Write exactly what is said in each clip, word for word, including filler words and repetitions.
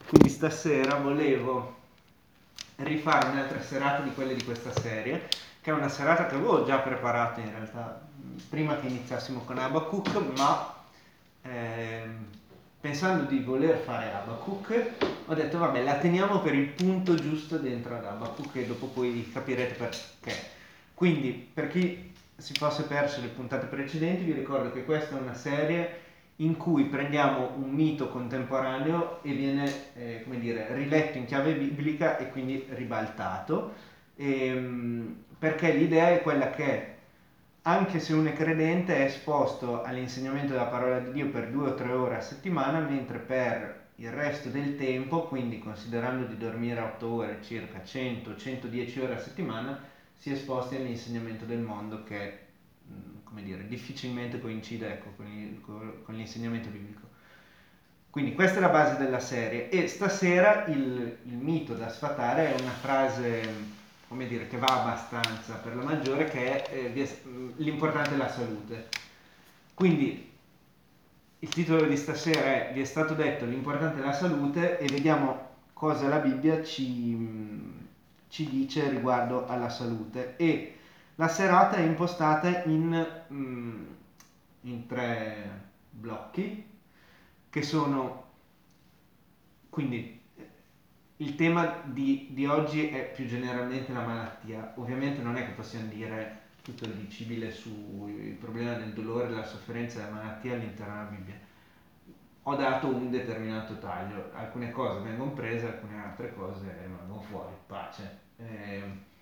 quindi stasera volevo rifare un'altra serata di quelle di questa serie, che è una serata che avevo già preparato in realtà prima che iniziassimo con Habakkuk, ma ehm, pensando di voler fare Habakkuk ho detto vabbè, la teniamo per il punto giusto dentro ad Habakkuk e dopo poi capirete perché. Quindi, per chi si fosse perso le puntate precedenti, vi ricordo che questa è una serie in cui prendiamo un mito contemporaneo e viene, eh, come dire, riletto in chiave biblica e quindi ribaltato, ehm, perché l'idea è quella che anche se uno è credente è esposto all'insegnamento della parola di Dio per due o tre ore a settimana, mentre per il resto del tempo, quindi considerando di dormire otto ore, circa cento centodieci ore a settimana, si è esposti all'insegnamento del mondo che, come dire, difficilmente coincide, ecco, con, il, con l'insegnamento biblico. Quindi questa è la base della serie e stasera il, il mito da sfatare è una frase, come dire, che va abbastanza per la maggiore, che è eh, l'importante è la salute. Quindi il titolo di stasera è vi è stato detto l'importante è la salute e vediamo cosa la Bibbia ci, ci dice riguardo alla salute. E la serata è impostata in, in tre blocchi che sono, quindi il tema di, di oggi è più generalmente la malattia. Ovviamente non è che possiamo dire tutto il dicibile sul problema del dolore, della sofferenza e della malattia all'interno della Bibbia. Ho dato un determinato taglio, alcune cose vengono prese, alcune altre cose rimangono fuori, pace. Eh,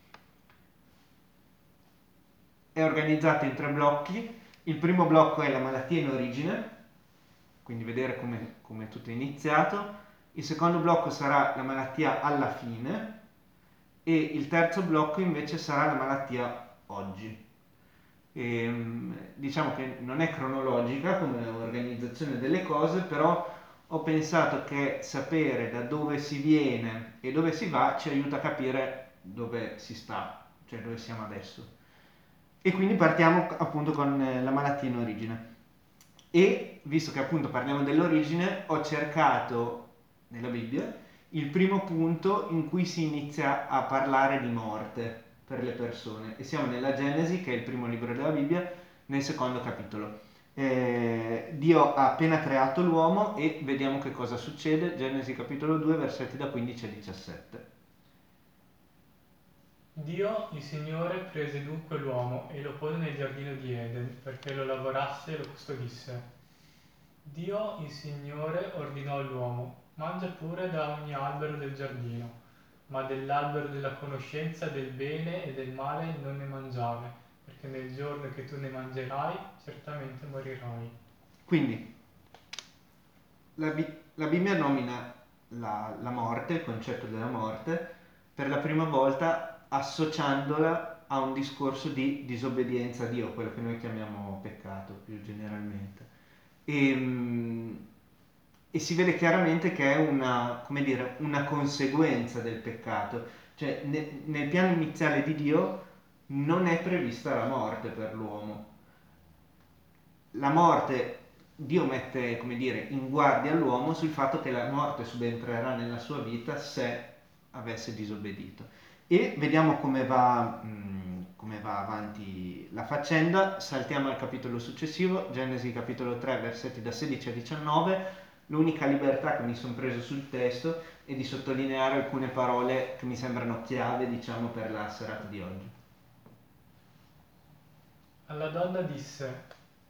è organizzato in tre blocchi. Il primo blocco è la malattia in origine, quindi vedere come, come tutto è iniziato. Il secondo blocco sarà la malattia alla fine e il terzo blocco invece sarà la malattia oggi. E, diciamo che non è cronologica come organizzazione delle cose, però ho pensato che sapere da dove si viene e dove si va ci aiuta a capire dove si sta, cioè dove siamo adesso. E quindi partiamo appunto con la malattia in origine. E visto che appunto parliamo dell'origine, ho cercato nella Bibbia il primo punto in cui si inizia a parlare di morte per le persone. E siamo nella Genesi, che è il primo libro della Bibbia, nel secondo capitolo. Eh, Dio ha appena creato l'uomo e vediamo che cosa succede. Genesi capitolo due, versetti da quindici a diciassette. Dio, il Signore, prese dunque l'uomo e lo pose nel giardino di Eden perché lo lavorasse e lo custodisse. Dio, il Signore, ordinò all'uomo: mangia pure da ogni albero del giardino, ma dell'albero della conoscenza del bene e del male non ne mangiare, perché nel giorno che tu ne mangerai, certamente morirai. Quindi la, Bi- la Bibbia nomina la, la morte, il concetto della morte, per la prima volta associandola a un discorso di disobbedienza a Dio, quello che noi chiamiamo peccato più generalmente. E, mm, e si vede chiaramente che è una, come dire, una conseguenza del peccato. Cioè, ne- nel piano iniziale di Dio non è prevista la morte per l'uomo. La morte, Dio mette, come dire, in guardia l'uomo sul fatto che la morte subentrerà nella sua vita se avesse disobbedito. E vediamo come va, mh, come va avanti la faccenda. Saltiamo al capitolo successivo, Genesi capitolo tre, versetti da sedici a diciannove. L'unica libertà che mi sono preso sul testo è di sottolineare alcune parole che mi sembrano chiave, diciamo, per la serata di oggi. Alla donna disse: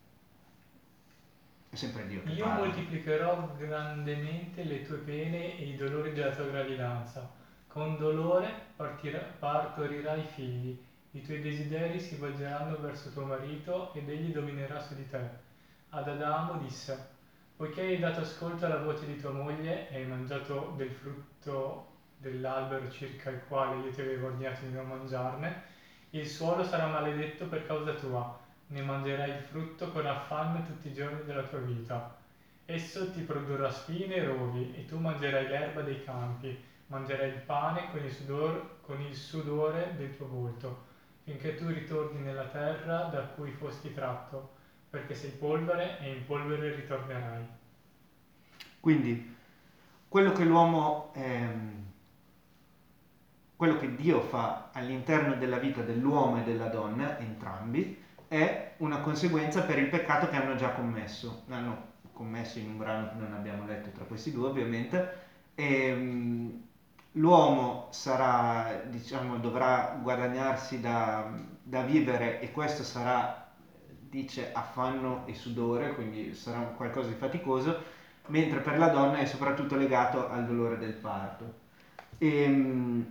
È sempre Dio che io parla. moltiplicherò grandemente le tue pene e i dolori della tua gravidanza. Con dolore partira- partorirai figli. I tuoi desideri si volgeranno verso tuo marito ed egli dominerà su di te. Ad Adamo disse: poiché hai dato ascolto alla voce di tua moglie e hai mangiato del frutto dell'albero circa il quale io ti avevo ordinato di non mangiarne, il suolo sarà maledetto per causa tua, ne mangerai il frutto con affanno tutti i giorni della tua vita. Esso ti produrrà spine e rovi, e tu mangerai l'erba dei campi, mangerai il pane con il, sudor, con il sudore del tuo volto, finché tu ritorni nella terra da cui fosti tratto, perché sei polvere e in polvere ritornerai. Quindi quello che l'uomo, ehm, quello che Dio fa all'interno della vita dell'uomo e della donna, entrambi, è una conseguenza per il peccato che hanno già commesso. Hanno commesso in un brano che non abbiamo letto tra questi due, ovviamente. E, l'uomo sarà, diciamo, dovrà guadagnarsi da, da vivere, e questo sarà, dice, affanno e sudore, quindi sarà qualcosa di faticoso, mentre per la donna è soprattutto legato al dolore del parto. E,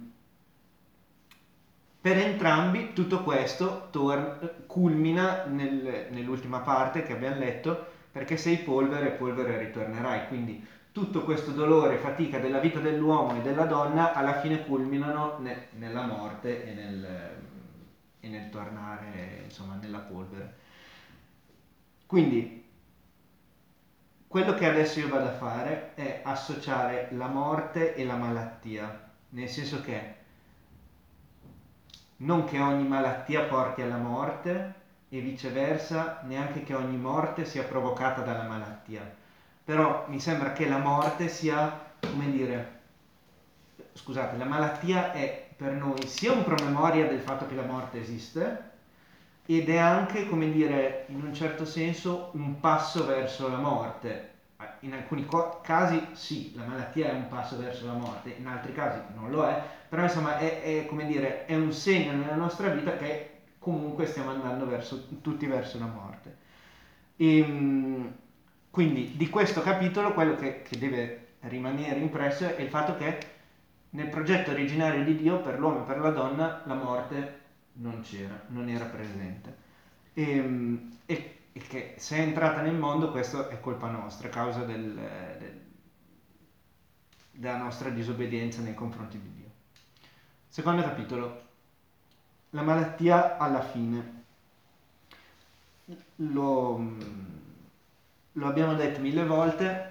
per entrambi tutto questo tor- culmina nel- nell'ultima parte che abbiamo letto, perché sei polvere, polvere ritornerai. Quindi tutto questo dolore e fatica della vita dell'uomo e della donna alla fine culminano ne- nella morte e nel, e nel tornare, insomma, nella polvere. Quindi quello che adesso io vado a fare è associare la morte e la malattia, nel senso che non che ogni malattia porti alla morte e viceversa, neanche che ogni morte sia provocata dalla malattia. Però mi sembra che la morte sia, come dire, scusate, la malattia è per noi sia un promemoria del fatto che la morte esiste, ed è anche, come dire, in un certo senso un passo verso la morte. In alcuni co- casi sì, la malattia è un passo verso la morte, in altri casi non lo è, però insomma è, è, come dire, è un segno nella nostra vita che comunque stiamo andando verso, tutti verso la morte. E, quindi di questo capitolo quello che, che deve rimanere impresso è il fatto che nel progetto originario di Dio per l'uomo e per la donna la morte non c'era, non era presente. E, e, e che se è entrata nel mondo questo è colpa nostra, a causa del, del, della nostra disobbedienza nei confronti di Dio. Secondo capitolo, la malattia alla fine. Lo, lo abbiamo detto mille volte,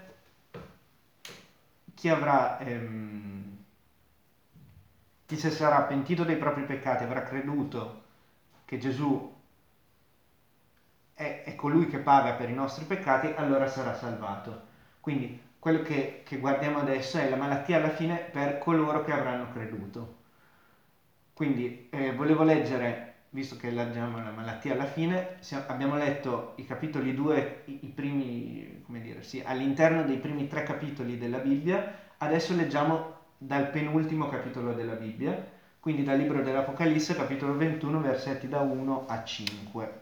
chi avrà, ehm, chi si sarà pentito dei propri peccati, avrà creduto che Gesù è, è colui che paga per i nostri peccati, allora sarà salvato. Quindi quello che, che guardiamo adesso è la malattia alla fine per coloro che avranno creduto. Quindi eh, volevo leggere, visto che leggiamo la malattia alla fine, siamo, abbiamo letto i capitoli due, i, i primi, come dire, sì, all'interno dei primi tre capitoli della Bibbia, adesso leggiamo dal penultimo capitolo della Bibbia, quindi dal libro dell'Apocalisse, capitolo ventuno, versetti da uno a cinque.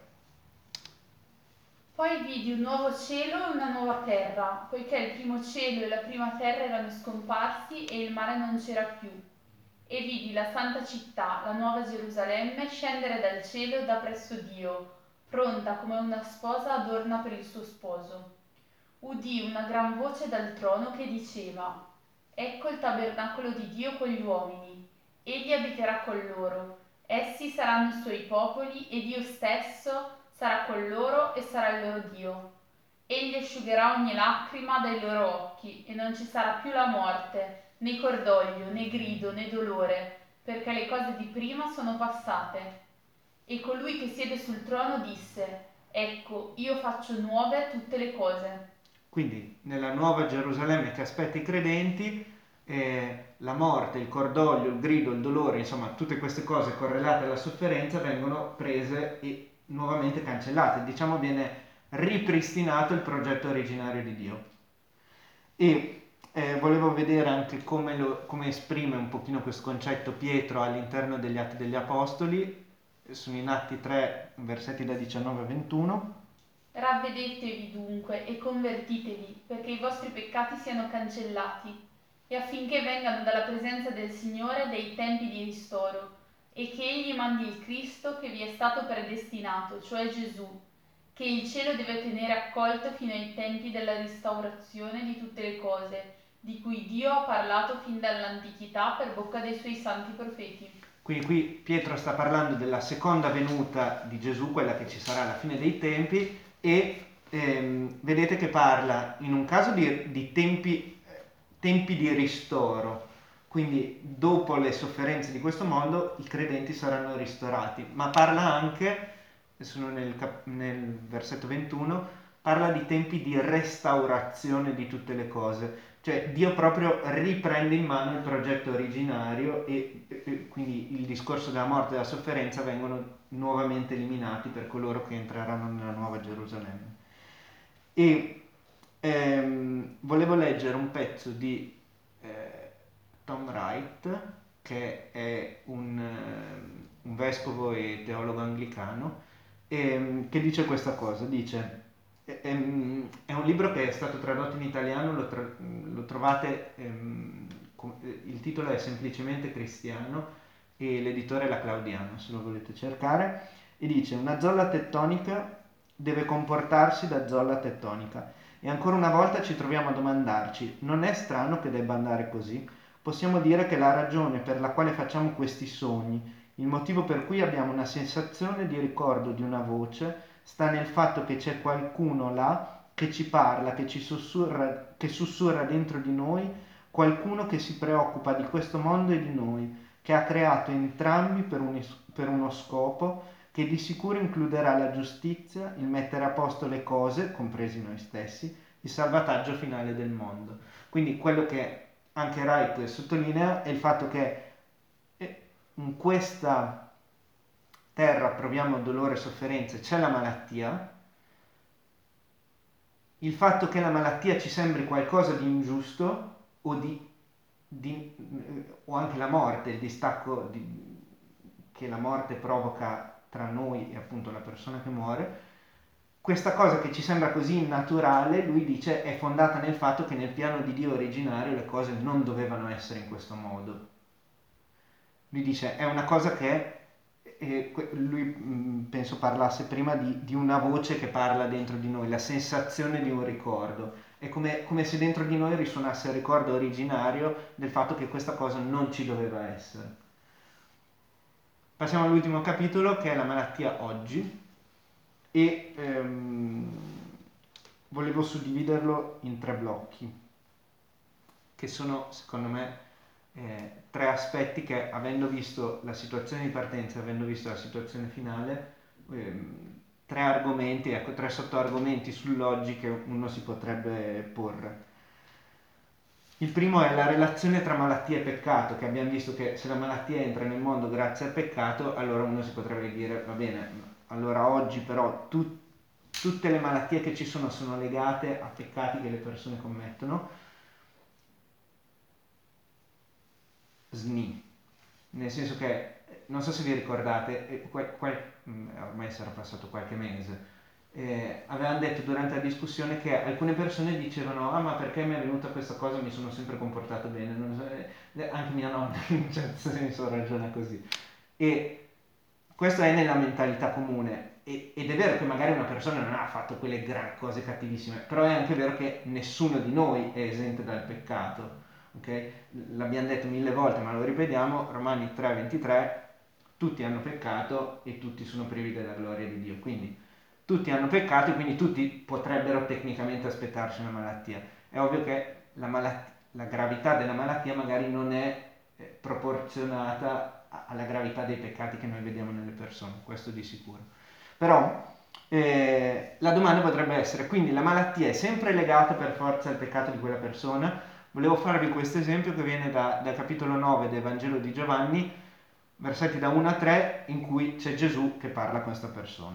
Poi vidi un nuovo cielo e una nuova terra, poiché il primo cielo e la prima terra erano scomparsi e il mare non c'era più. E vidi la santa città, la nuova Gerusalemme, scendere dal cielo da presso Dio, pronta come una sposa adorna per il suo sposo. Udì una gran voce dal trono che diceva: Ecco il tabernacolo di Dio con gli uomini. Egli abiterà con loro. Essi saranno i suoi popoli e Dio stesso sarà con loro e sarà il loro Dio. Egli asciugherà ogni lacrima dai loro occhi e non ci sarà più la morte, né cordoglio, né grido, né dolore, perché le cose di prima sono passate. E colui che siede sul trono disse: Ecco, io faccio nuove tutte le cose. Quindi nella nuova Gerusalemme che aspetta i credenti, eh, la morte, il cordoglio, il grido, il dolore, insomma tutte queste cose correlate alla sofferenza vengono prese e nuovamente cancellate. Diciamo viene ripristinato il progetto originario di Dio. E eh, volevo vedere anche come, lo, come esprime un pochino questo concetto Pietro all'interno degli Atti degli Apostoli. Sono in Atti tre, versetti da diciannove a ventuno. Ravvedetevi dunque e convertitevi, perché i vostri peccati siano cancellati, e affinché vengano dalla presenza del Signore dei tempi di ristoro, e che Egli mandi il Cristo che vi è stato predestinato, cioè Gesù, che il cielo deve tenere accolto fino ai tempi della restaurazione di tutte le cose, di cui Dio ha parlato fin dall'antichità per bocca dei suoi santi profeti. Quindi qui Pietro sta parlando della seconda venuta di Gesù, quella che ci sarà alla fine dei tempi, e ehm, vedete che parla in un caso di, di tempi, tempi di ristoro, quindi dopo le sofferenze di questo mondo i credenti saranno ristorati, ma parla anche, sono nel, cap- nel versetto ventuno, parla di tempi di restaurazione di tutte le cose, Cioè Dio proprio riprende in mano il progetto originario e, e quindi il discorso della morte e della sofferenza vengono nuovamente eliminati per coloro che entreranno nella nuova Gerusalemme. E ehm, volevo leggere un pezzo di eh, Tom Wright, che è un, eh, un vescovo e teologo anglicano, ehm, che dice questa cosa, dice... È un libro che è stato tradotto in italiano, lo, tra- lo trovate, ehm, il titolo è semplicemente Cristiano e l'editore è la Claudiana, se lo volete cercare, e dice: una zolla tettonica deve comportarsi da zolla tettonica e ancora una volta ci troviamo a domandarci: non è strano che debba andare così? Possiamo dire che la ragione per la quale facciamo questi sogni, il motivo per cui abbiamo una sensazione di ricordo di una voce, sta nel fatto che c'è qualcuno là che ci parla, che ci sussurra, che sussurra dentro di noi, qualcuno che si preoccupa di questo mondo e di noi, che ha creato entrambi per, un, per uno scopo che di sicuro includerà la giustizia, il mettere a posto le cose, compresi noi stessi, il salvataggio finale del mondo. Quindi quello che anche Wright sottolinea è il fatto che in questa terra proviamo dolore e sofferenze, c'è la malattia, il fatto che la malattia ci sembri qualcosa di ingiusto o, di, di, o anche la morte, il distacco di, che la morte provoca tra noi e appunto la persona che muore, questa cosa che ci sembra così innaturale, lui dice, è fondata nel fatto che nel piano di Dio originario le cose non dovevano essere in questo modo. Lui dice, è una cosa che e lui mh, penso parlasse prima di, di una voce che parla dentro di noi, la sensazione di un ricordo. È come, come se dentro di noi risuonasse il ricordo originario del fatto che questa cosa non ci doveva essere. Passiamo all'ultimo capitolo, che è la malattia oggi, e ehm, volevo suddividerlo in tre blocchi, che sono secondo me Eh, tre aspetti che, avendo visto la situazione di partenza, avendo visto la situazione finale, ehm, tre argomenti, ecco, tre sottoargomenti sull'oggi che uno si potrebbe porre. Il primo è la relazione tra malattia e peccato, che abbiamo visto che se la malattia entra nel mondo grazie al peccato, allora uno si potrebbe dire, va bene, allora oggi però tu, tutte le malattie che ci sono sono legate a peccati che le persone commettono. S N I, nel senso che, non so se vi ricordate, qual, qual, ormai sarà passato qualche mese, eh, avevano detto durante la discussione che alcune persone dicevano ah ma perché mi è venuta questa cosa, mi sono sempre comportato bene, non so, eh, anche mia nonna in un certo senso ragiona così, e questo è nella mentalità comune, e, ed è vero che magari una persona non ha fatto quelle gran cose cattivissime, però è anche vero che nessuno di noi è esente dal peccato. Okay? L'abbiamo detto mille volte ma lo ripetiamo, Romani tre ventitré, tutti hanno peccato e tutti sono privi della gloria di Dio, quindi tutti hanno peccato e quindi tutti potrebbero tecnicamente aspettarsi una malattia. È ovvio che la, malat- la gravità della malattia magari non è eh, proporzionata a- alla gravità dei peccati che noi vediamo nelle persone, questo di sicuro. Però eh, la domanda potrebbe essere, quindi la malattia è sempre legata per forza al peccato di quella persona? Volevo farvi questo esempio che viene da, dal capitolo nove del Vangelo di Giovanni, versetti da uno a tre, in cui c'è Gesù che parla a questa persona.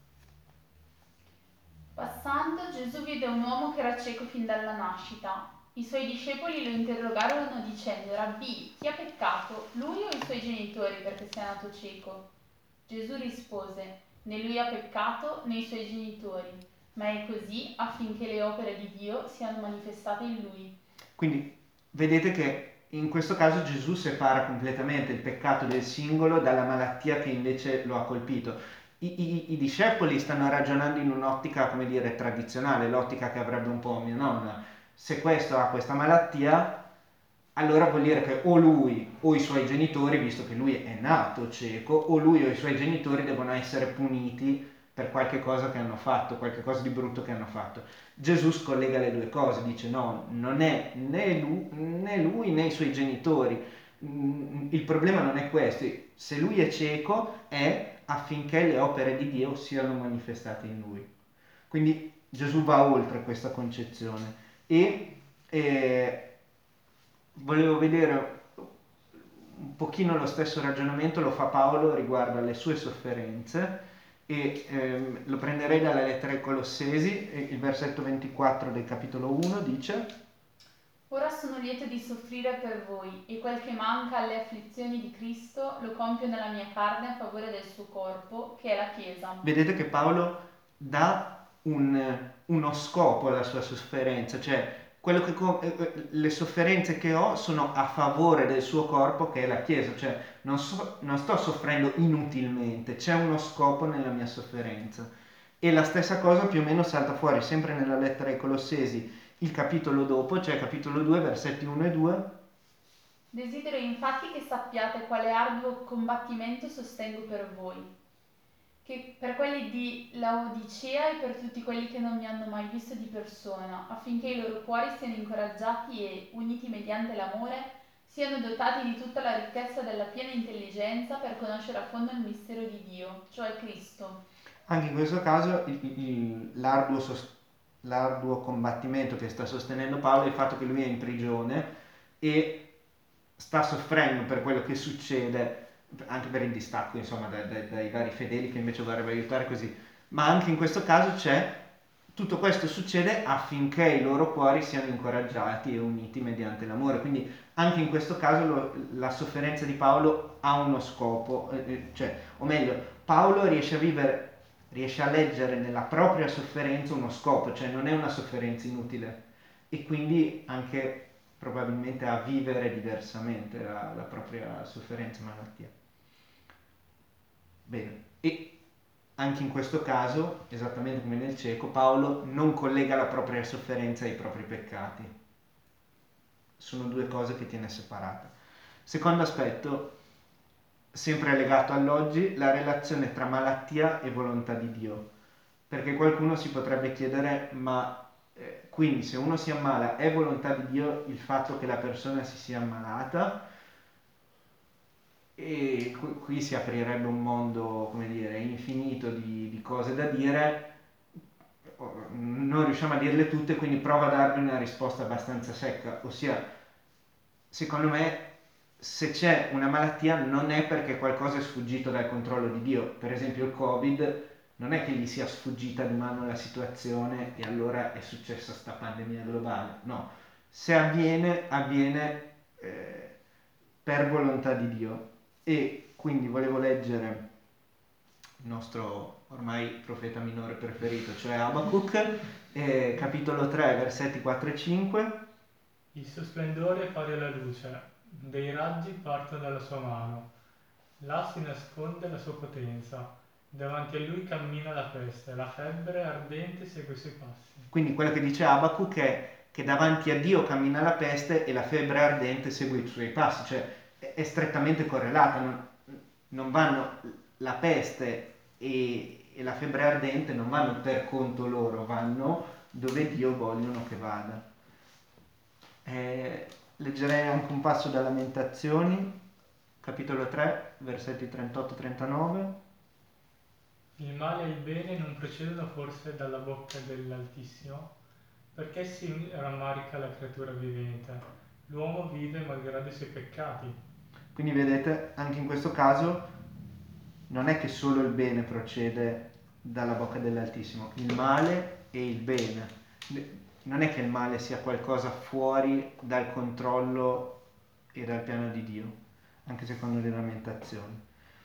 Passando, Gesù vide un uomo che era cieco fin dalla nascita. I suoi discepoli lo interrogarono dicendo: Rabbì, chi ha peccato, lui o i suoi genitori, perché sia nato cieco? Gesù rispose: né lui ha peccato né i suoi genitori, ma è così affinché le opere di Dio siano manifestate in lui. Quindi vedete che in questo caso Gesù separa completamente il peccato del singolo dalla malattia che invece lo ha colpito. I, i, i discepoli stanno ragionando in un'ottica, come dire, tradizionale, l'ottica che avrebbe un po' mia nonna. Se questo ha questa malattia, allora vuol dire che o lui o i suoi genitori, visto che lui è nato cieco, o lui o i suoi genitori devono essere puniti per qualche cosa che hanno fatto, qualche cosa di brutto che hanno fatto. Gesù scollega le due cose, dice no, non è né lui né, lui, né i suoi genitori, il problema non è questo, se lui è cieco è affinché le opere di Dio siano manifestate in lui. Quindi Gesù va oltre questa concezione e E volevo vedere un pochino lo stesso ragionamento lo fa Paolo riguardo alle sue sofferenze e ehm, lo prenderei dalla lettera ai Colossesi, e il versetto ventiquattro del capitolo uno dice: Ora sono lieto di soffrire per voi, e quel che manca alle afflizioni di Cristo lo compio nella mia carne a favore del suo corpo, che è la Chiesa. Vedete che Paolo dà un, uno scopo alla sua sofferenza, cioè quello che, co- eh, le sofferenze che ho sono a favore del suo corpo, che è la Chiesa, cioè non, so- non sto soffrendo inutilmente, c'è uno scopo nella mia sofferenza. E la stessa cosa più o meno salta fuori sempre nella lettera ai Colossesi, il capitolo dopo, cioè capitolo due, versetti uno e due. Desidero infatti che sappiate quale arduo combattimento sostengo per voi, che per quelli di Laodicea e per tutti quelli che non mi hanno mai visto di persona, affinché i loro cuori siano incoraggiati e, uniti mediante l'amore, siano dotati di tutta la ricchezza della piena intelligenza per conoscere a fondo il mistero di Dio, cioè Cristo. Anche in questo caso il- il- l'arduo, sos- l'arduo combattimento che sta sostenendo Paolo è il fatto che lui è in prigione e sta soffrendo per quello che succede, anche per il distacco insomma dai, dai- dai vari fedeli che invece vorrebbe aiutare così, ma anche in questo caso c'è, tutto questo succede affinché i loro cuori siano incoraggiati e uniti mediante l'amore, quindi anche in questo caso lo- la sofferenza di Paolo ha uno scopo, eh, eh, cioè, o meglio, Paolo riesce a vivere, riesce a leggere nella propria sofferenza uno scopo, cioè non è una sofferenza inutile e quindi anche probabilmente a vivere diversamente la, la propria sofferenza e malattia. Bene, e anche in questo caso, esattamente come nel cieco, Paolo non collega la propria sofferenza ai propri peccati. Sono due cose che tiene separate. Secondo aspetto, sempre legato all'oggi, la relazione tra malattia e volontà di Dio. Perché qualcuno si potrebbe chiedere, ma eh, quindi se uno si ammala è volontà di Dio il fatto che la persona si sia ammalata? E qui, qui si aprirebbe un mondo, come dire, infinito di, di cose da dire, non riusciamo a dirle tutte, quindi provo a darvi una risposta abbastanza secca, ossia, secondo me, se c'è una malattia non è perché qualcosa è sfuggito dal controllo di Dio. Per esempio il Covid non è che gli sia sfuggita di mano la situazione e allora è successa sta pandemia globale, no. Se avviene, avviene eh, per volontà di Dio. E quindi volevo leggere il nostro ormai profeta minore preferito, cioè Abacuc, eh, capitolo tre, versetti quattro e cinque. Il suo splendore pari alla luce, dei raggi partono dalla sua mano, là si nasconde la sua potenza, davanti a lui cammina la peste, la febbre ardente segue i suoi passi. Quindi quello che dice Abacuc è che davanti a Dio cammina la peste e la febbre ardente segue i suoi passi, cioè è, è strettamente correlata, non, non vanno la peste e, e la febbre ardente non vanno per conto loro, vanno dove Dio vogliono che vada. Eh, leggerei anche un passo da Lamentazioni, capitolo tre, versetti trentotto trentanove. Il male e il bene non procedono forse dalla bocca dell'Altissimo? Perché si rammarica la creatura vivente? L'uomo vive malgrado i suoi peccati. Quindi vedete, anche in questo caso non è che solo il bene procede dalla bocca dell'Altissimo, il male e il bene. Non è che il male sia qualcosa fuori dal controllo e dal piano di Dio, anche secondo le lamentazioni.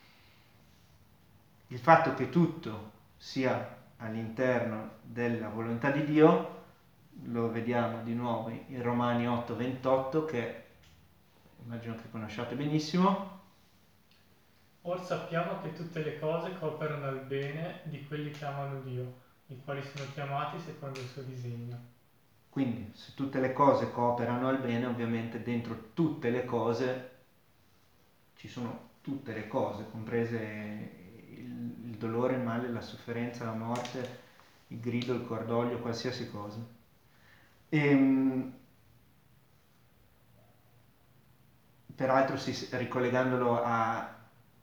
Il fatto che tutto sia all'interno della volontà di Dio lo vediamo di nuovo in Romani otto ventotto, che immagino che conosciate benissimo. Or sappiamo che tutte le cose cooperano al bene di quelli che amano Dio, i quali sono chiamati secondo il suo disegno. Quindi se tutte le cose cooperano al bene, ovviamente dentro tutte le cose ci sono tutte le cose, comprese il, il dolore, il male, la sofferenza, la morte, il grido, il cordoglio, qualsiasi cosa. E, peraltro, si, ricollegandolo a, a,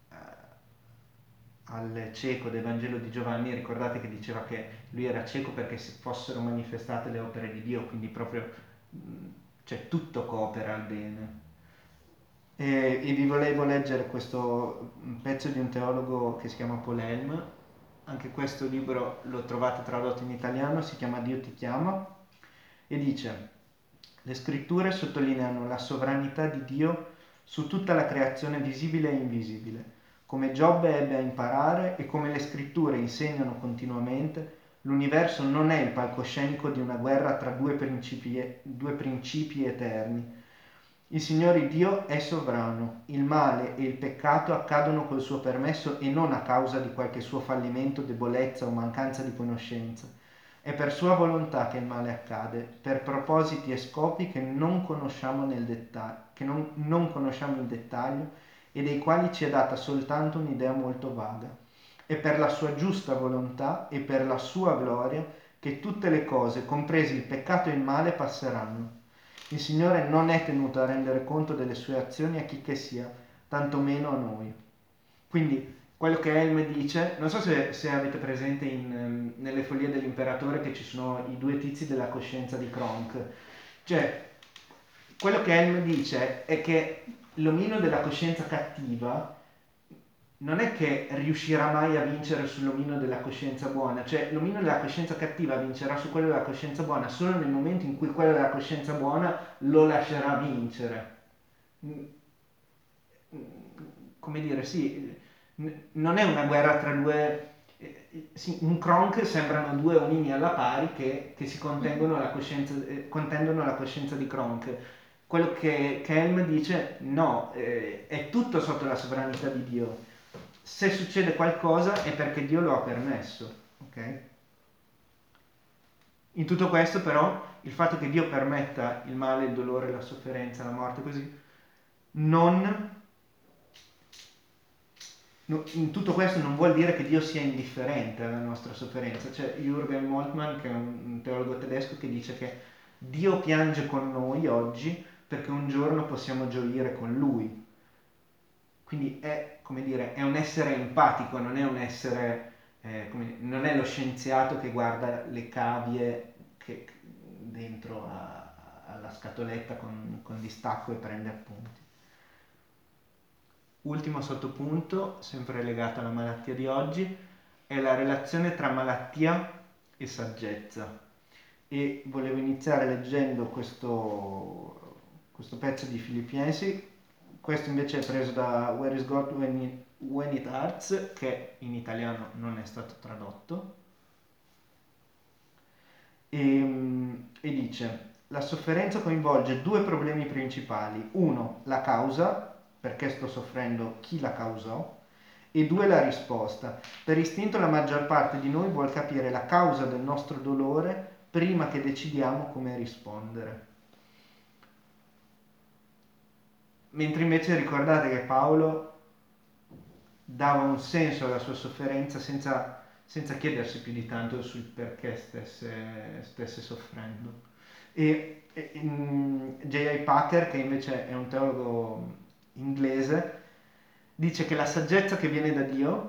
al cieco del Vangelo di Giovanni, ricordate che diceva che lui era cieco perché si fossero manifestate le opere di Dio, quindi proprio cioè tutto coopera al bene. E, e vi volevo leggere questo pezzo di un teologo che si chiama Paul Helm. Anche questo libro lo trovate tradotto in italiano, si chiama Dio ti chiama, e dice: le scritture sottolineano la sovranità di Dio su tutta la creazione visibile e invisibile. Come Giobbe ebbe a imparare e come le scritture insegnano continuamente, l'universo non è il palcoscenico di una guerra tra due principi, due principi eterni. Il Signore Dio è sovrano, il male e il peccato accadono col suo permesso e non a causa di qualche suo fallimento, debolezza o mancanza di conoscenza. È per sua volontà che il male accade, per propositi e scopi che non conosciamo nel dettaglio, che non, non conosciamo in dettaglio e dei quali ci è data soltanto un'idea molto vaga. È per la sua giusta volontà e per la sua gloria che tutte le cose, compresi il peccato e il male, passeranno. Il Signore non è tenuto a rendere conto delle sue azioni a chi che sia, tantomeno a noi. Quindi quello che Helm dice, non so se, se avete presente in, um, nelle Follie dell'Imperatore che ci sono i due tizi della coscienza di Kronk, cioè quello che Helm dice è che l'omino della coscienza cattiva non è che riuscirà mai a vincere sull'omino della coscienza buona, cioè l'omino della coscienza cattiva vincerà su quello della coscienza buona solo nel momento in cui quello della coscienza buona lo lascerà vincere. Come dire, sì, non è una guerra tra due... Sì, in Kronk sembrano due omini alla pari che, che si contengono la coscienza, eh, contendono la coscienza di Kronk. Quello che, che Helm dice, no, eh, è tutto sotto la sovranità di Dio. Se succede qualcosa è perché Dio lo ha permesso, ok? In tutto questo però il fatto che Dio permetta il male, il dolore, la sofferenza, la morte così, non, no, in tutto questo non vuol dire che Dio sia indifferente alla nostra sofferenza. C'è Jürgen Moltmann, che è un teologo tedesco, che dice che Dio piange con noi oggi perché un giorno possiamo gioire con Lui. Quindi è, come dire, è un essere empatico, non è un essere, eh, come, non è lo scienziato che guarda le cavie che, dentro a, alla scatoletta con, con distacco e prende appunti. Ultimo sottopunto, sempre legato alla malattia di oggi, è la relazione tra malattia e saggezza. E volevo iniziare leggendo questo, questo pezzo di Filippesi. Questo invece è preso da Where is God when it, when it hurts, che in italiano non è stato tradotto, e, e dice: la sofferenza coinvolge due problemi principali: uno, la causa, perché sto soffrendo, chi la causò, e due, la risposta. Per istinto la maggior parte di noi vuol capire la causa del nostro dolore prima che decidiamo come rispondere. Mentre invece ricordate che Paolo dava un senso alla sua sofferenza senza, senza chiedersi più di tanto sul perché stesse, stesse soffrendo. E, e J I Packer, che invece è un teologo inglese, dice che la saggezza che viene da Dio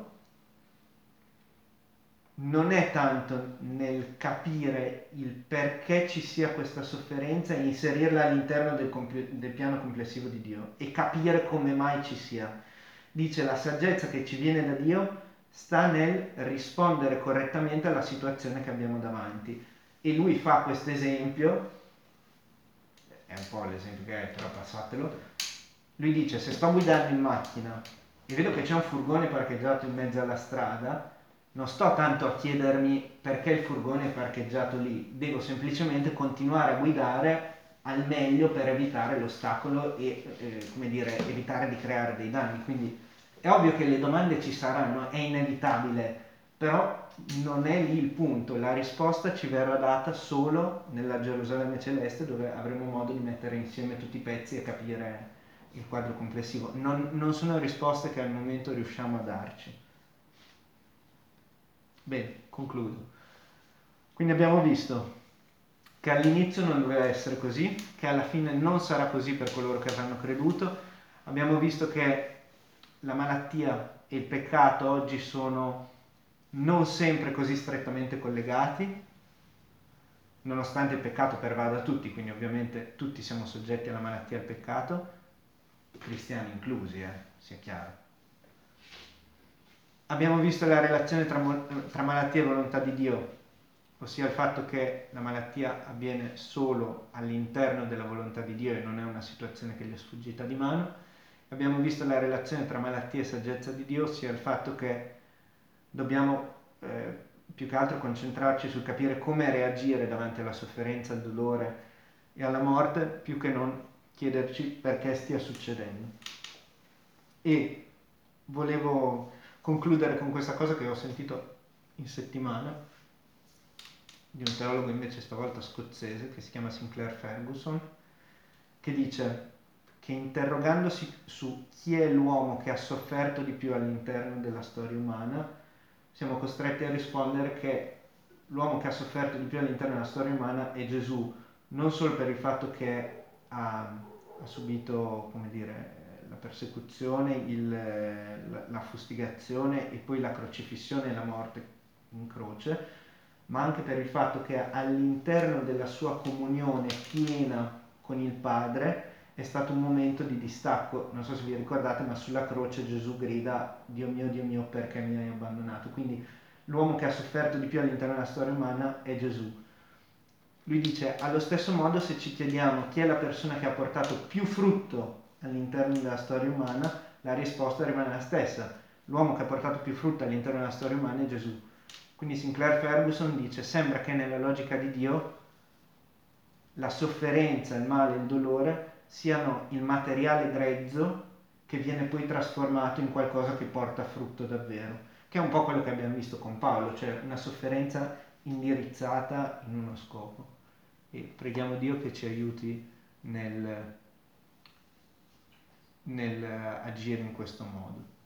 non è tanto nel capire il perché ci sia questa sofferenza e inserirla all'interno del, compl- del piano complessivo di Dio e capire come mai ci sia. Dice: la saggezza che ci viene da Dio sta nel rispondere correttamente alla situazione che abbiamo davanti. E lui fa questo esempio, è un po' l'esempio che è, però passatelo. Lui dice: se sto guidando in macchina e vedo che c'è un furgone parcheggiato in mezzo alla strada, non sto tanto a chiedermi perché il furgone è parcheggiato lì, devo semplicemente continuare a guidare al meglio per evitare l'ostacolo e, eh, come dire, evitare di creare dei danni. Quindi è ovvio che le domande ci saranno, è inevitabile, però non è lì il punto, la risposta ci verrà data solo nella Gerusalemme celeste, dove avremo modo di mettere insieme tutti i pezzi e capire il quadro complessivo. Non, non sono risposte che al momento riusciamo a darci. Bene, concludo. Quindi abbiamo visto che all'inizio non doveva essere così, che alla fine non sarà così per coloro che avranno creduto. Abbiamo visto che la malattia e il peccato oggi sono non sempre così strettamente collegati, nonostante il peccato pervada tutti, quindi ovviamente tutti siamo soggetti alla malattia e al peccato, cristiani inclusi, eh, sia chiaro. Abbiamo visto la relazione tra, tra malattia e volontà di Dio, ossia il fatto che la malattia avviene solo all'interno della volontà di Dio e non è una situazione che gli è sfuggita di mano. Abbiamo visto la relazione tra malattia e saggezza di Dio, ossia il fatto che dobbiamo eh, più che altro concentrarci sul capire come reagire davanti alla sofferenza, al dolore e alla morte, più che non chiederci perché stia succedendo. E volevo concludere con questa cosa che ho sentito in settimana di un teologo invece stavolta scozzese che si chiama Sinclair Ferguson, che dice che interrogandosi su chi è l'uomo che ha sofferto di più all'interno della storia umana, siamo costretti a rispondere che l'uomo che ha sofferto di più all'interno della storia umana è Gesù, non solo per il fatto che ha, ha subito, come dire, la persecuzione, il, la, la fustigazione e poi la crocifissione e la morte in croce, ma anche per il fatto che all'interno della sua comunione piena con il Padre è stato un momento di distacco. Non so se vi ricordate, ma sulla croce Gesù grida: Dio mio, Dio mio, perché mi hai abbandonato? Quindi l'uomo che ha sofferto di più all'interno della storia umana è Gesù. Lui dice, allo stesso modo, se ci chiediamo chi è la persona che ha portato più frutto all'interno della storia umana, la risposta rimane la stessa. L'uomo che ha portato più frutto all'interno della storia umana è Gesù. Quindi Sinclair Ferguson dice, sembra che nella logica di Dio la sofferenza, il male, il dolore siano il materiale grezzo che viene poi trasformato in qualcosa che porta frutto davvero, che è un po' quello che abbiamo visto con Paolo, cioè una sofferenza indirizzata in uno scopo. E preghiamo Dio che ci aiuti nel, nel agire in questo modo.